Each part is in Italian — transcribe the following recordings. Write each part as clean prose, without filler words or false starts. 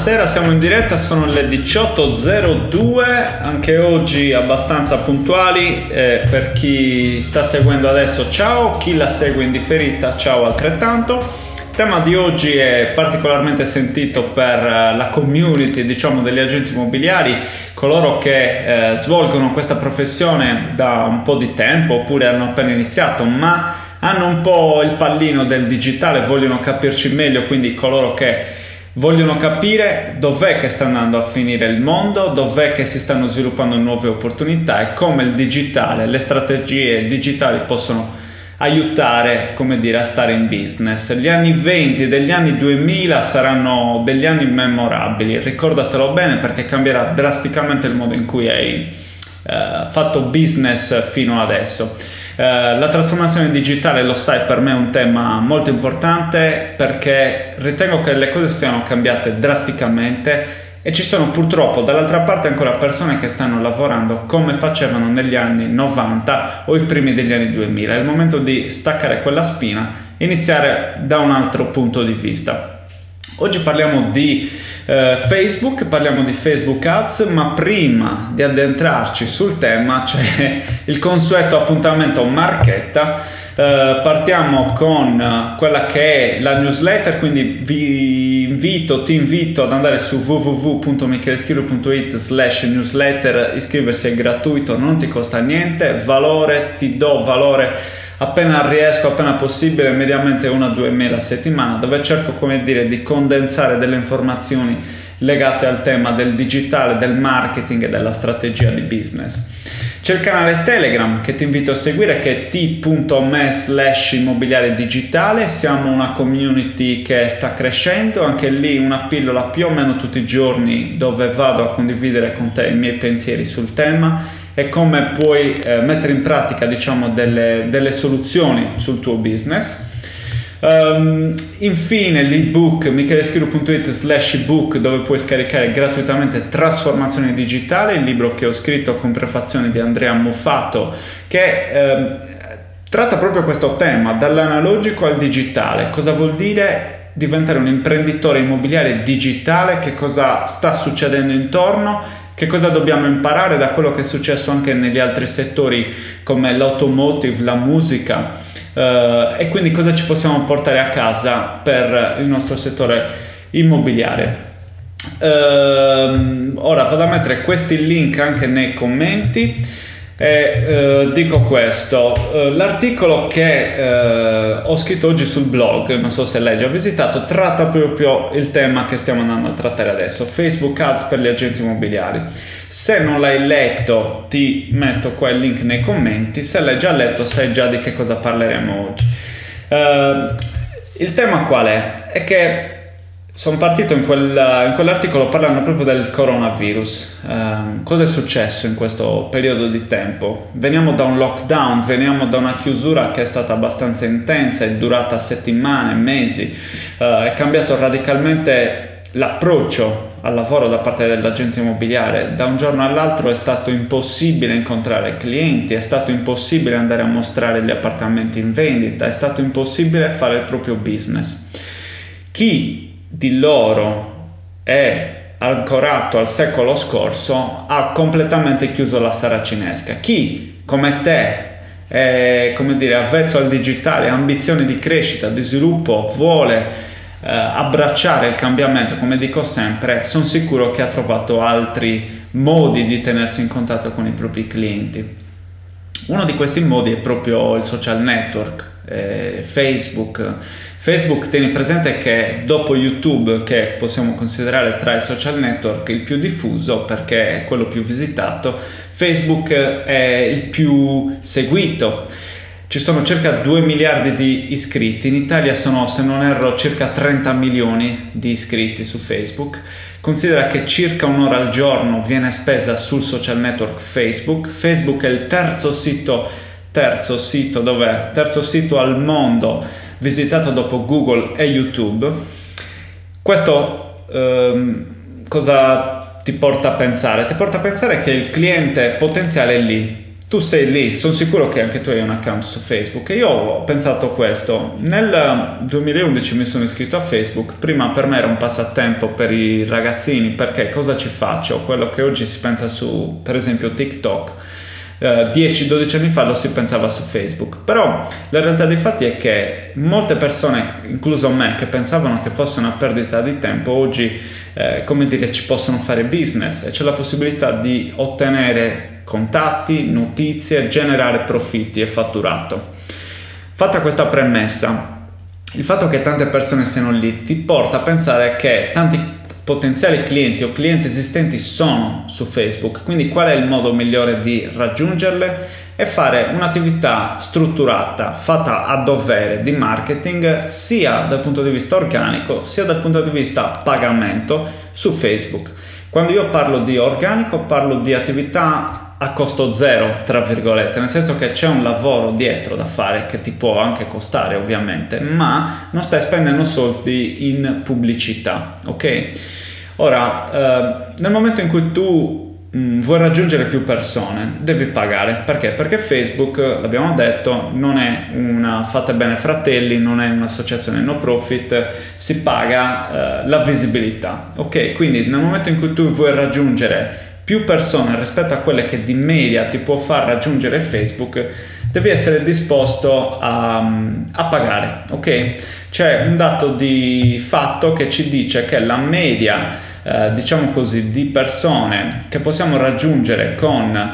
Buonasera, siamo in diretta, sono le 18.02, anche oggi abbastanza puntuali, per chi sta seguendo adesso ciao, chi la segue in differita ciao altrettanto. Il tema di oggi è particolarmente sentito per la community, diciamo, degli agenti immobiliari, coloro che svolgono questa professione da un po' di tempo oppure hanno appena iniziato, ma hanno un po' il pallino del digitale, vogliono capirci meglio, quindi coloro che vogliono capire dov'è che sta andando a finire il mondo, dov'è che si stanno sviluppando nuove opportunità e come il digitale, le strategie digitali possono aiutare, come dire, a stare in business. Gli anni 20 degli anni 2000 saranno degli anni memorabili, ricordatelo bene perché cambierà drasticamente il modo in cui hai fatto business fino adesso. La trasformazione digitale, lo sai, per me è un tema molto importante perché ritengo che le cose siano cambiate drasticamente e ci sono purtroppo dall'altra parte ancora persone che stanno lavorando come facevano negli anni 90 o i primi degli anni 2000. È il momento di staccare quella spina e iniziare da un altro punto di vista. Oggi parliamo di Facebook, parliamo di Facebook Ads, ma prima di addentrarci sul tema c'è il consueto appuntamento marchetta. Partiamo con quella che è la newsletter, quindi ti invito ad andare su www.micheleschiro.it/newsletter, iscriversi è gratuito, non ti costa niente, ti do valore appena riesco, appena possibile, mediamente 1-2 mail a settimana, dove cerco, come dire, di condensare delle informazioni legate al tema del digitale, del marketing e della strategia di business. C'è il canale Telegram che ti invito a seguire, che è t.me/immobiliare digitale. Siamo una community che sta crescendo, anche lì una pillola più o meno tutti i giorni dove vado a condividere con te i miei pensieri sul tema e come puoi mettere in pratica, diciamo, delle soluzioni sul tuo business. Infine l'ebook micheleschiro.it/ebook, dove puoi scaricare gratuitamente Trasformazione Digitale, il libro che ho scritto con prefazione di Andrea Muffato, che tratta proprio questo tema, dall'analogico al digitale. Cosa vuol dire diventare un imprenditore immobiliare digitale, che cosa sta succedendo intorno, che cosa dobbiamo imparare da quello che è successo anche negli altri settori come l'automotive, la musica, e quindi cosa ci possiamo portare a casa per il nostro settore immobiliare. Ora vado a mettere questi link anche nei commenti e dico questo: l'articolo che ho scritto oggi sul blog, non so se l'hai già visitato, tratta proprio il tema che stiamo andando a trattare adesso, Facebook Ads per gli agenti immobiliari. Se non l'hai letto ti metto qua il link nei commenti, se l'hai già letto sai già di che cosa parleremo oggi. Il tema qual è? È che sono partito in quell'articolo parlando proprio del coronavirus. Cosa è successo in questo periodo di tempo? Veniamo da un lockdown, veniamo da una chiusura che è stata abbastanza intensa, è durata settimane, mesi, è cambiato radicalmente l'approccio al lavoro da parte dell'agente immobiliare. Da un giorno all'altro è stato impossibile incontrare clienti, è stato impossibile andare a mostrare gli appartamenti in vendita, è stato impossibile fare il proprio business. Chi di loro è ancorato al secolo scorso ha completamente chiuso la saracinesca. Chi come te è, come dire, avvezzo al digitale, ha ambizioni di crescita, di sviluppo, vuole abbracciare il cambiamento, come dico sempre, sono sicuro che ha trovato altri modi di tenersi in contatto con i propri clienti. Uno di questi modi è proprio il social network, Facebook. Tieni presente che dopo YouTube, che possiamo considerare tra i social network il più diffuso perché è quello più visitato, Facebook è il più seguito. Ci sono circa 2 miliardi di iscritti, in Italia sono, se non erro, circa 30 milioni di iscritti su Facebook. Considera che circa un'ora al giorno viene spesa sul social network Facebook. Facebook è il terzo sito al mondo visitato dopo Google e YouTube. Questo cosa ti porta a pensare? Ti porta a pensare che il cliente potenziale è lì, tu sei lì, sono sicuro che anche tu hai un account su Facebook, e io ho pensato questo. Nel 2011 mi sono iscritto a Facebook, prima per me era un passatempo per i ragazzini, perché cosa ci faccio? Quello che oggi si pensa su, per esempio, TikTok, 10-12 anni fa lo si pensava su Facebook. Però la realtà dei fatti è che molte persone, incluso me, che pensavano che fosse una perdita di tempo, oggi come dire, ci possono fare business, e c'è la possibilità di ottenere contatti, notizie, generare profitti e fatturato. Fatta questa premessa, il fatto che tante persone siano lì ti porta a pensare che tanti potenziali clienti o clienti esistenti sono su Facebook. Quindi qual è il modo migliore di raggiungerle? È fare un'attività strutturata, fatta a dovere di marketing, sia dal punto di vista organico sia dal punto di vista pagamento su Facebook. Quando io parlo di organico, parlo di attività a costo zero, tra virgolette, nel senso che c'è un lavoro dietro da fare che ti può anche costare ovviamente, ma non stai spendendo soldi in pubblicità, ok? Ora, nel momento in cui tu vuoi raggiungere più persone, devi pagare. Perché? Perché Facebook, l'abbiamo detto, non è una Fate Bene Fratelli, non è un'associazione no profit, si paga la visibilità, ok? Quindi nel momento in cui tu vuoi raggiungere più persone rispetto a quelle che di media ti può far raggiungere Facebook, devi essere disposto a pagare, ok? C'è un dato di fatto che ci dice che la media, diciamo così, di persone che possiamo raggiungere con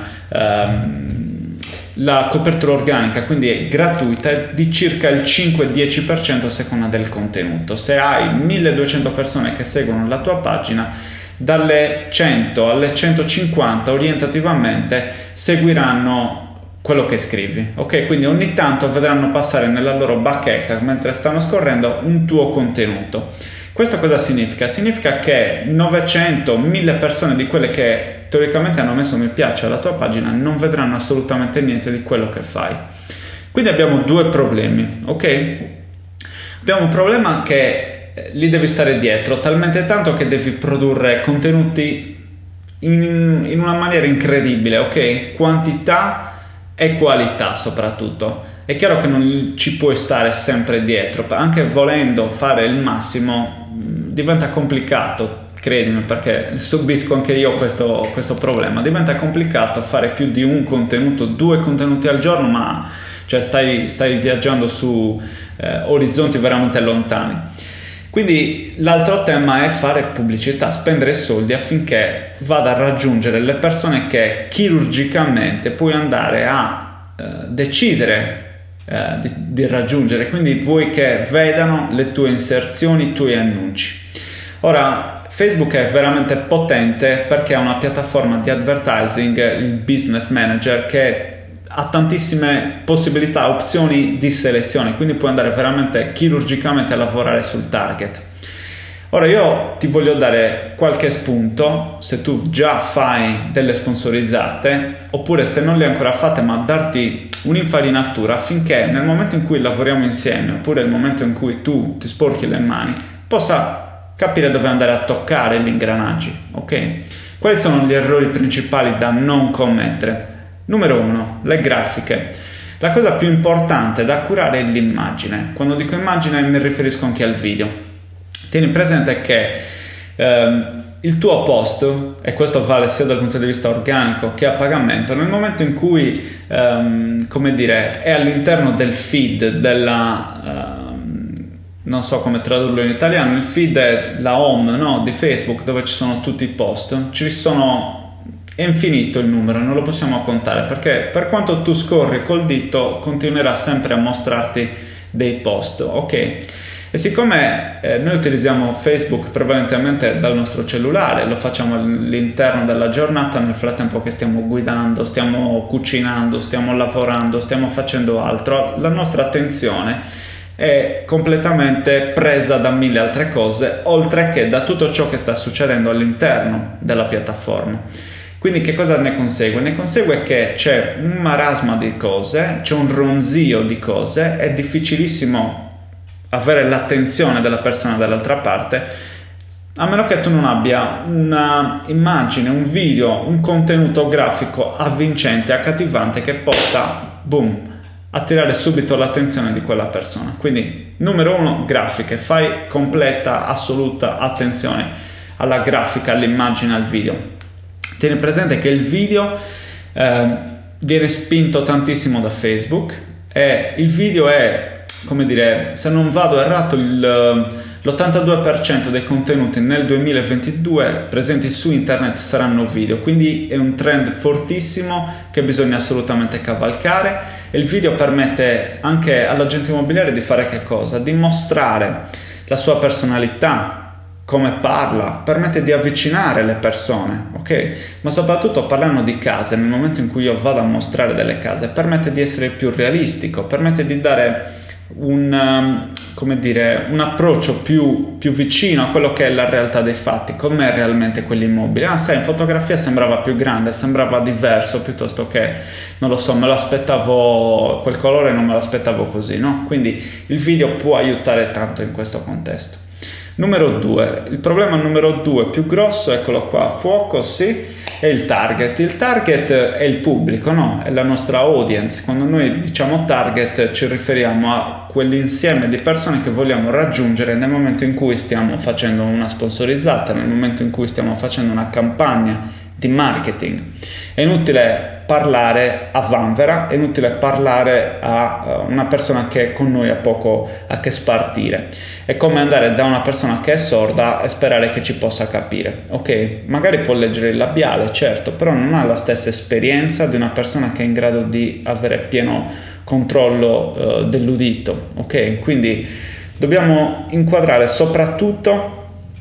la copertura organica, quindi è gratuita, è di circa il 5-10% a seconda del contenuto. Se hai 1200 persone che seguono la tua pagina, dalle 100 alle 150 orientativamente seguiranno quello che scrivi, ok? Quindi ogni tanto vedranno passare nella loro bacheca, mentre stanno scorrendo, un tuo contenuto. Questo cosa significa? Significa che 900-1000 persone di quelle che teoricamente hanno messo mi piace alla tua pagina non vedranno assolutamente niente di quello che fai. Quindi abbiamo due problemi, ok? Abbiamo un problema che lì devi stare dietro talmente tanto che devi produrre contenuti in una maniera incredibile, ok? Quantità e qualità soprattutto. È chiaro che non ci puoi stare sempre dietro, anche volendo fare il massimo diventa complicato, credimi, perché subisco anche io questo problema. Diventa complicato fare più di un contenuto, 2 contenuti al giorno, ma cioè stai viaggiando su orizzonti veramente lontani. Quindi l'altro tema è fare pubblicità, spendere soldi affinché vada a raggiungere le persone che chirurgicamente puoi andare a decidere di raggiungere. Quindi vuoi che vedano le tue inserzioni, i tuoi annunci. Ora, Facebook è veramente potente perché è una piattaforma di advertising, il Business Manager, che ha tantissime possibilità, opzioni di selezione, quindi puoi andare veramente chirurgicamente a lavorare sul target. Ora io ti voglio dare qualche spunto, se tu già fai delle sponsorizzate, oppure se non le hai ancora fatte, ma darti un'infarinatura affinché nel momento in cui lavoriamo insieme, oppure nel momento in cui tu ti sporchi le mani, possa capire dove andare a toccare gli ingranaggi, ok? Quali sono gli errori principali da non commettere? Numero 1, le grafiche. La cosa più importante da curare è l'immagine. Quando dico immagine mi riferisco anche al video. Tieni presente che il tuo post, e questo vale sia dal punto di vista organico che a pagamento, nel momento in cui come dire, è all'interno del feed della non so come tradurlo in italiano, il feed è la home, no, di Facebook, dove ci sono tutti i post, è infinito il numero, non lo possiamo contare, perché per quanto tu scorri col dito continuerà sempre a mostrarti dei post, ok? E siccome noi utilizziamo Facebook prevalentemente dal nostro cellulare, lo facciamo all'interno della giornata, nel frattempo che stiamo guidando, stiamo cucinando, stiamo lavorando, stiamo facendo altro, la nostra attenzione è completamente presa da 1000 altre cose, oltre che da tutto ciò che sta succedendo all'interno della piattaforma. Quindi che cosa ne consegue? Ne consegue che c'è un marasma di cose, c'è un ronzio di cose, è difficilissimo avere l'attenzione della persona dall'altra parte, a meno che tu non abbia una immagine, un video, un contenuto grafico avvincente, accattivante, che possa, boom, attirare subito l'attenzione di quella persona. Quindi, numero 1, grafiche. Fai completa, assoluta attenzione alla grafica, all'immagine, al video. Tieni presente che il video viene spinto tantissimo da Facebook, e il video è, come dire, se non vado errato, l'82% dei contenuti nel 2022 presenti su internet saranno video, quindi è un trend fortissimo che bisogna assolutamente cavalcare. E il video permette anche all'agente immobiliare di fare che cosa? Di mostrare la sua personalità, come parla, permette di avvicinare le persone, ok? Ma soprattutto, parlando di case, nel momento in cui io vado a mostrare delle case, permette di essere più realistico, permette di dare un approccio più vicino a quello che è la realtà dei fatti, com'è realmente quell'immobile. Sai, in fotografia sembrava più grande, sembrava diverso, piuttosto che, non lo so, me lo aspettavo, quel colore non me lo aspettavo così, no? Quindi il video può aiutare tanto in questo contesto. Numero 2, il problema numero 2 più grosso, eccolo qua a fuoco, sì, è il target. Il target è il pubblico, no? È la nostra audience. Quando noi diciamo target ci riferiamo a quell'insieme di persone che vogliamo raggiungere nel momento in cui stiamo facendo una sponsorizzata, nel momento in cui stiamo facendo una campagna di marketing. È inutile parlare a vanvera, è inutile parlare a una persona che con noi ha poco a che spartire. È come andare da una persona che è sorda e sperare che ci possa capire. Ok, magari può leggere il labiale, certo, però non ha la stessa esperienza di una persona che è in grado di avere pieno controllo dell'udito. Ok, quindi dobbiamo inquadrare soprattutto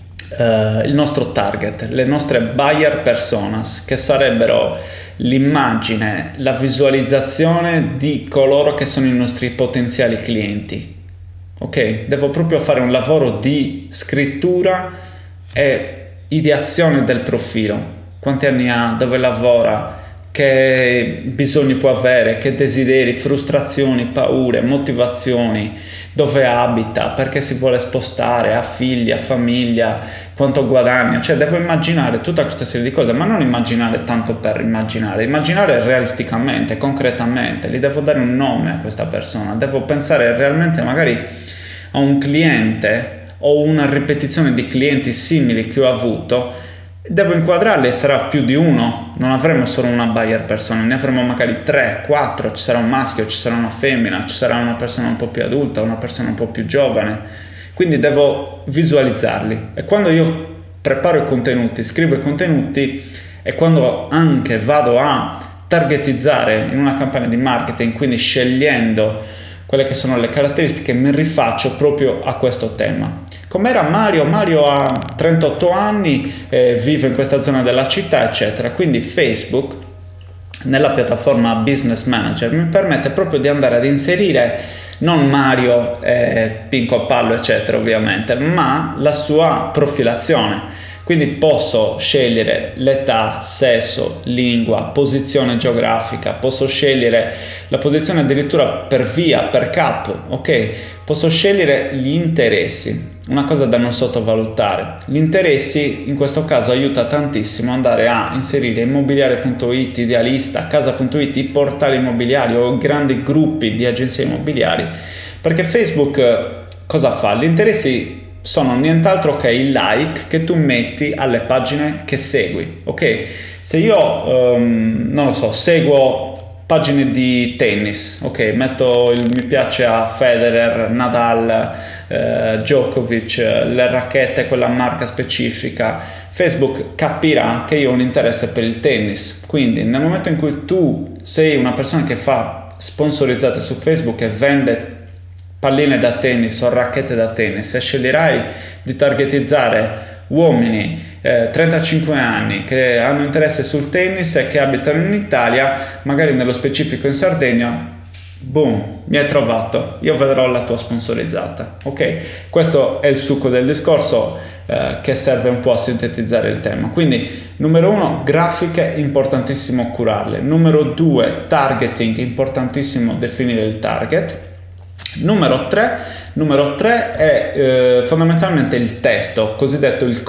il nostro target, le nostre buyer personas, che sarebbero l'immagine, la visualizzazione di coloro che sono i nostri potenziali clienti. Ok, devo proprio fare un lavoro di scrittura e ideazione del profilo. Quanti anni ha, dove lavora, che bisogni può avere, che desideri, frustrazioni, paure, motivazioni, dove abita, perché si vuole spostare, ha figli, ha famiglia, quanto guadagna. Cioè devo immaginare tutta questa serie di cose, ma non immaginare tanto per immaginare realisticamente, concretamente. Gli devo dare un nome a questa persona, devo pensare realmente magari a un cliente o una ripetizione di clienti simili che ho avuto. Devo inquadrarli e sarà più di uno, non avremo solo una buyer persona, ne avremo magari 3, 4, ci sarà un maschio, ci sarà una femmina, ci sarà una persona un po' più adulta, una persona un po' più giovane, quindi devo visualizzarli. E quando io preparo i contenuti, scrivo i contenuti, e quando anche vado a targetizzare in una campagna di marketing, quindi scegliendo quelle che sono le caratteristiche, mi rifaccio proprio a questo tema. Com'era Mario? Mario ha 38 anni, vive in questa zona della città, eccetera. Quindi Facebook, nella piattaforma Business Manager, mi permette proprio di andare ad inserire non Mario, Pinco a Pallo, eccetera, ovviamente, ma la sua profilazione. Quindi posso scegliere l'età, sesso, lingua, posizione geografica, posso scegliere la posizione addirittura per via, per cap, ok? Posso scegliere gli interessi, una cosa da non sottovalutare. Gli interessi in questo caso aiuta tantissimo andare a inserire immobiliare.it, Idealista, Casa.it, i portali immobiliari o grandi gruppi di agenzie immobiliari, perché Facebook cosa fa? Gli interessi sono nient'altro che il like che tu metti alle pagine che segui, ok? Se io, non lo so, seguo pagine di tennis, ok? Metto il mi piace a Federer, Nadal, Djokovic, le racchette, quella marca specifica, Facebook capirà che io ho un interesse per il tennis. Quindi nel momento in cui tu sei una persona che fa sponsorizzate su Facebook e vende palline da tennis o racchette da tennis, e sceglierai di targetizzare uomini 35 anni che hanno interesse sul tennis e che abitano in Italia, magari nello specifico in Sardegna, boom, mi hai trovato, io vedrò la tua sponsorizzata, ok? Questo è il succo del discorso che serve un po' a sintetizzare il tema. Quindi numero 1, grafiche, importantissimo curarle. Numero 2, targeting, importantissimo definire il target. Numero 3 è fondamentalmente il testo, cosiddetto il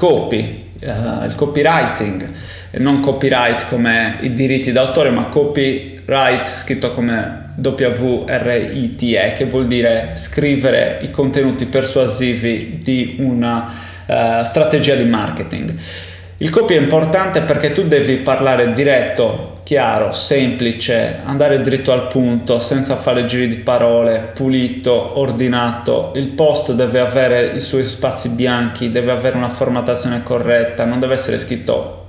copywriting, non copyright come i diritti d'autore, ma copyright scritto come W-R-I-T-E, che vuol dire scrivere i contenuti persuasivi di una strategia di marketing. Il copy è importante perché tu devi parlare diretto, chiaro, semplice, andare dritto al punto, senza fare giri di parole, pulito, ordinato. Il post deve avere i suoi spazi bianchi, deve avere una formattazione corretta, non deve essere scritto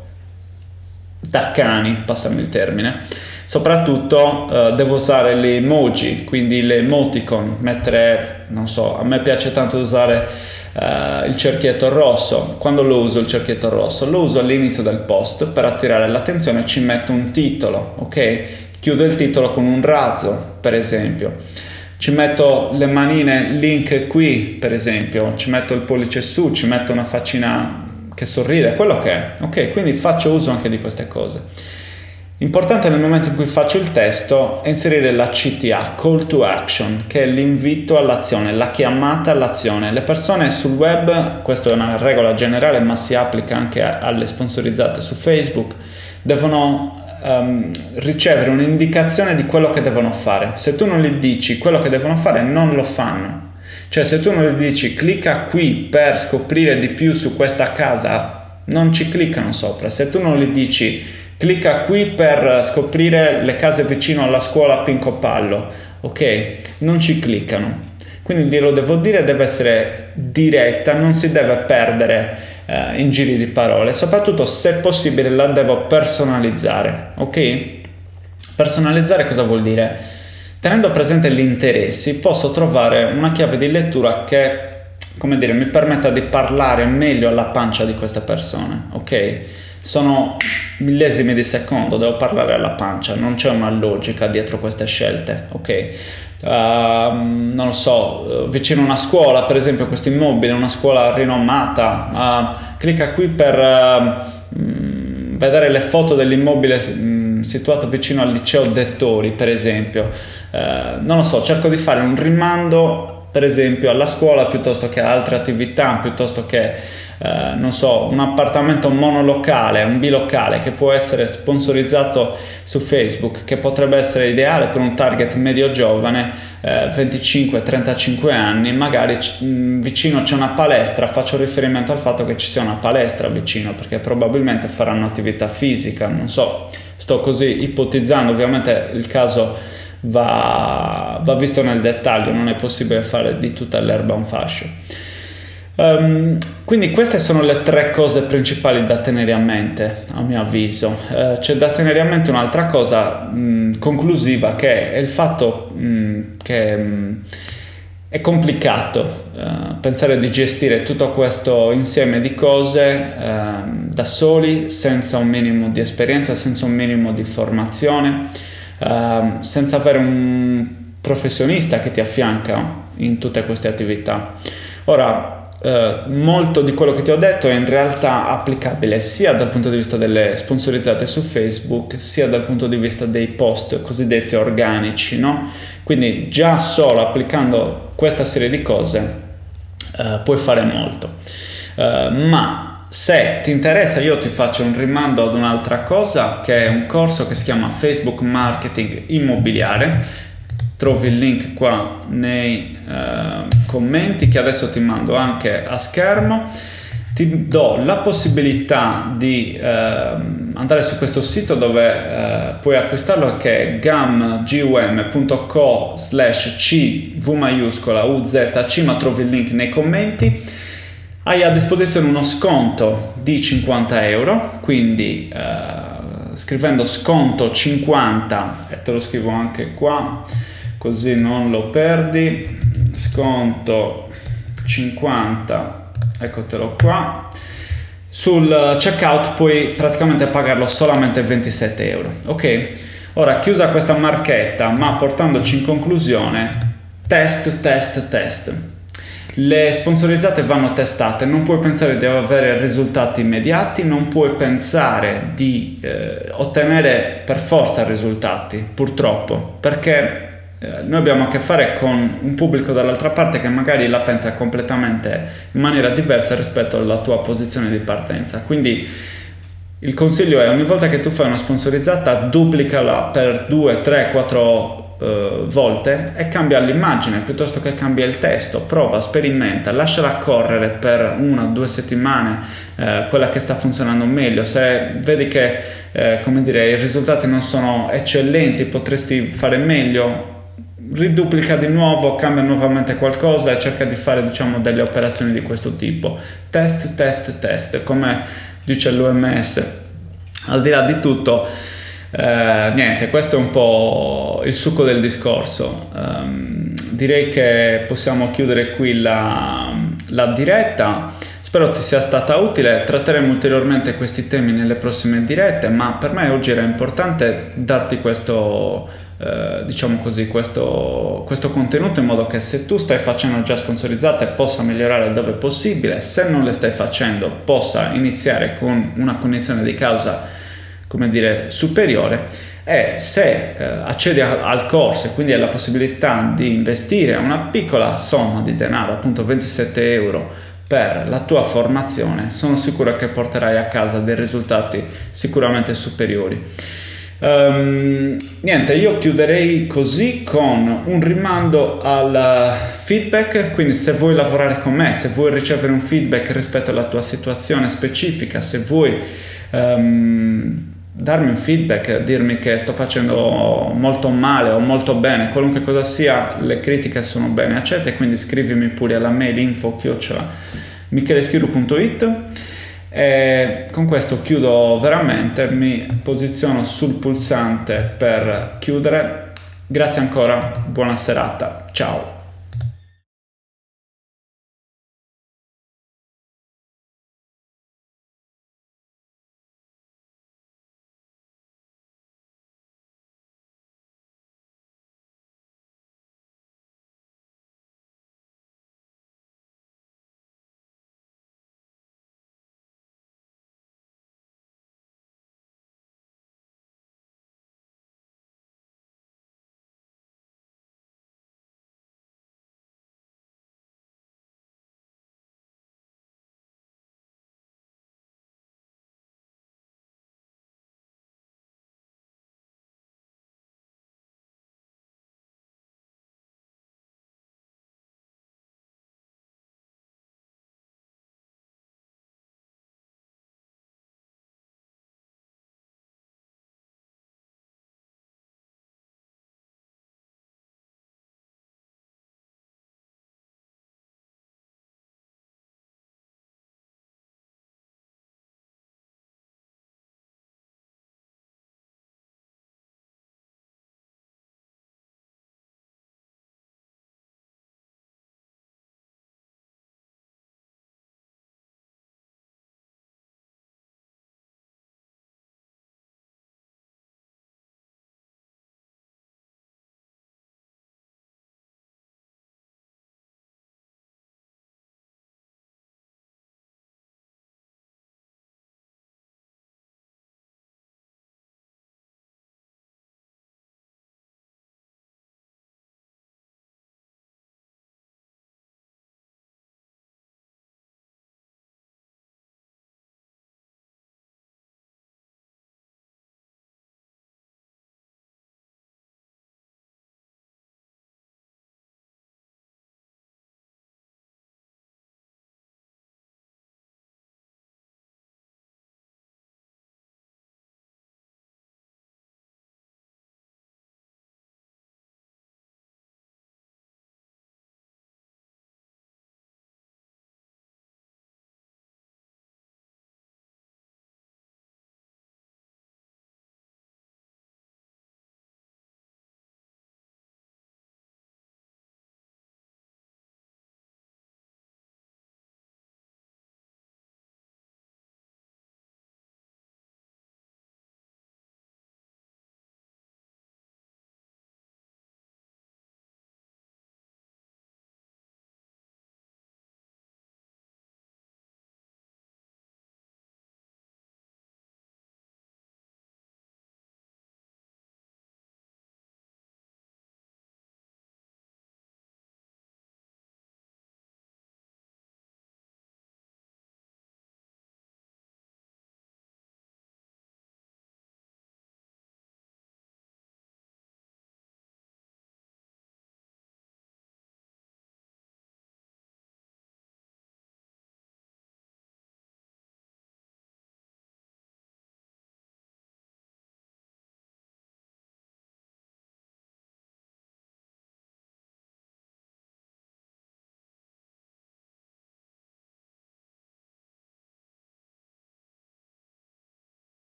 da cani, passami il termine. Soprattutto devo usare le emoji, quindi le emoticon, mettere, non so, a me piace tanto usare il cerchietto rosso. Quando lo uso il cerchietto rosso? Lo uso all'inizio del post per attirare l'attenzione, ci metto un titolo, ok? Chiudo il titolo con un razzo, per esempio. Ci metto le manine link qui, per esempio, ci metto il pollice su, ci metto una faccina che sorride, quello che è, ok? Quindi faccio uso anche di queste cose. Importante nel momento in cui faccio il testo è inserire la CTA, Call to Action, che è l'invito all'azione, la chiamata all'azione. Le persone sul web, questa è una regola generale ma si applica anche alle sponsorizzate su Facebook, devono ricevere un'indicazione di quello che devono fare. Se tu non gli dici quello che devono fare, non lo fanno. Cioè se tu non gli dici clicca qui per scoprire di più su questa casa, non ci cliccano sopra. Se tu non gli dici clicca qui per scoprire le case vicino alla scuola Pincopallo, ok? Non ci cliccano. Quindi glielo devo dire, deve essere diretta, non si deve perdere in giri di parole. Soprattutto, se possibile, la devo personalizzare, ok? Personalizzare cosa vuol dire? Tenendo presente gli interessi, posso trovare una chiave di lettura che, come dire, mi permetta di parlare meglio alla pancia di queste persone, ok? Sono millesimi di secondo, devo parlare alla pancia, non c'è una logica dietro queste scelte, ok? Non lo so, vicino a una scuola, per esempio questo immobile, una scuola rinomata, clicca qui per vedere le foto dell'immobile situato vicino al liceo Dettori, per esempio. Non lo so, cerco di fare un rimando, per esempio, alla scuola piuttosto che a altre attività, piuttosto che non so, un appartamento monolocale, un bilocale che può essere sponsorizzato su Facebook, che potrebbe essere ideale per un target medio giovane, 25-35 anni, magari vicino c'è una palestra, faccio riferimento al fatto che ci sia una palestra vicino, perché probabilmente faranno attività fisica, non so, sto così ipotizzando, ovviamente il caso va visto nel dettaglio, non è possibile fare di tutta l'erba un fascio. Quindi queste sono le 3 cose principali da tenere a mente, a mio avviso. C'è da tenere a mente un'altra cosa conclusiva, che è il fatto che è complicato pensare di gestire tutto questo insieme di cose da soli, senza un minimo di esperienza, senza un minimo di formazione, senza avere un professionista che ti affianca in tutte queste attività. Ora, molto di quello che ti ho detto è in realtà applicabile sia dal punto di vista delle sponsorizzate su Facebook, sia dal punto di vista dei post cosiddetti organici, no? Quindi già solo applicando questa serie di cose puoi fare molto. Ma se ti interessa, io ti faccio un rimando ad un'altra cosa, che è un corso che si chiama Facebook Marketing Immobiliare. Trovi il link qua nei commenti, che adesso ti mando anche a schermo. Ti do la possibilità di andare su questo sito dove puoi acquistarlo, che è gum.co/c v maiuscola uzc, ma trovi il link nei commenti. Hai a disposizione uno sconto di 50 euro, quindi scrivendo sconto 50, e te lo scrivo anche qua così non lo perdi, sconto 50, eccotelo qua. Sul checkout puoi praticamente pagarlo solamente 27 euro, ok? Ora, chiusa questa marchetta, ma portandoci in conclusione, test. Le sponsorizzate vanno testate, non puoi pensare di avere risultati immediati, non puoi pensare di ottenere per forza risultati, purtroppo, perché noi abbiamo a che fare con un pubblico dall'altra parte che magari la pensa completamente in maniera diversa rispetto alla tua posizione di partenza. Quindi il consiglio è: ogni volta che tu fai una sponsorizzata, duplicala per 2, 3, 4 volte e cambia l'immagine piuttosto che cambia il testo. Prova, sperimenta, lasciala correre per 1 o 2 settimane, quella che sta funzionando meglio. Se vedi che i risultati non sono eccellenti, potresti fare meglio, riduplica di nuovo, cambia nuovamente qualcosa e cerca di fare delle operazioni di questo tipo. Test, come dice l'OMS. Al di là di tutto, niente, questo è un po' il succo del discorso. Direi che possiamo chiudere qui la diretta. Spero ti sia stata utile. Tratteremo ulteriormente questi temi nelle prossime dirette, ma per me oggi era importante darti questo contenuto, in modo che se tu stai facendo già sponsorizzate possa migliorare dove è possibile, se non le stai facendo possa iniziare con una cognizione di causa superiore, e se accedi al corso e quindi hai la possibilità di investire una piccola somma di denaro, appunto 27 euro per la tua formazione, sono sicuro che porterai a casa dei risultati sicuramente superiori. Niente, io chiuderei così con un rimando al feedback. Quindi se vuoi lavorare con me, se vuoi ricevere un feedback rispetto alla tua situazione specifica, se vuoi darmi un feedback, dirmi che sto facendo molto male o molto bene, qualunque cosa sia, le critiche sono bene accette, quindi scrivimi pure alla mail info@micheleschiro.it. E con questo chiudo veramente, mi posiziono sul pulsante per chiudere. Grazie ancora, buona serata, ciao.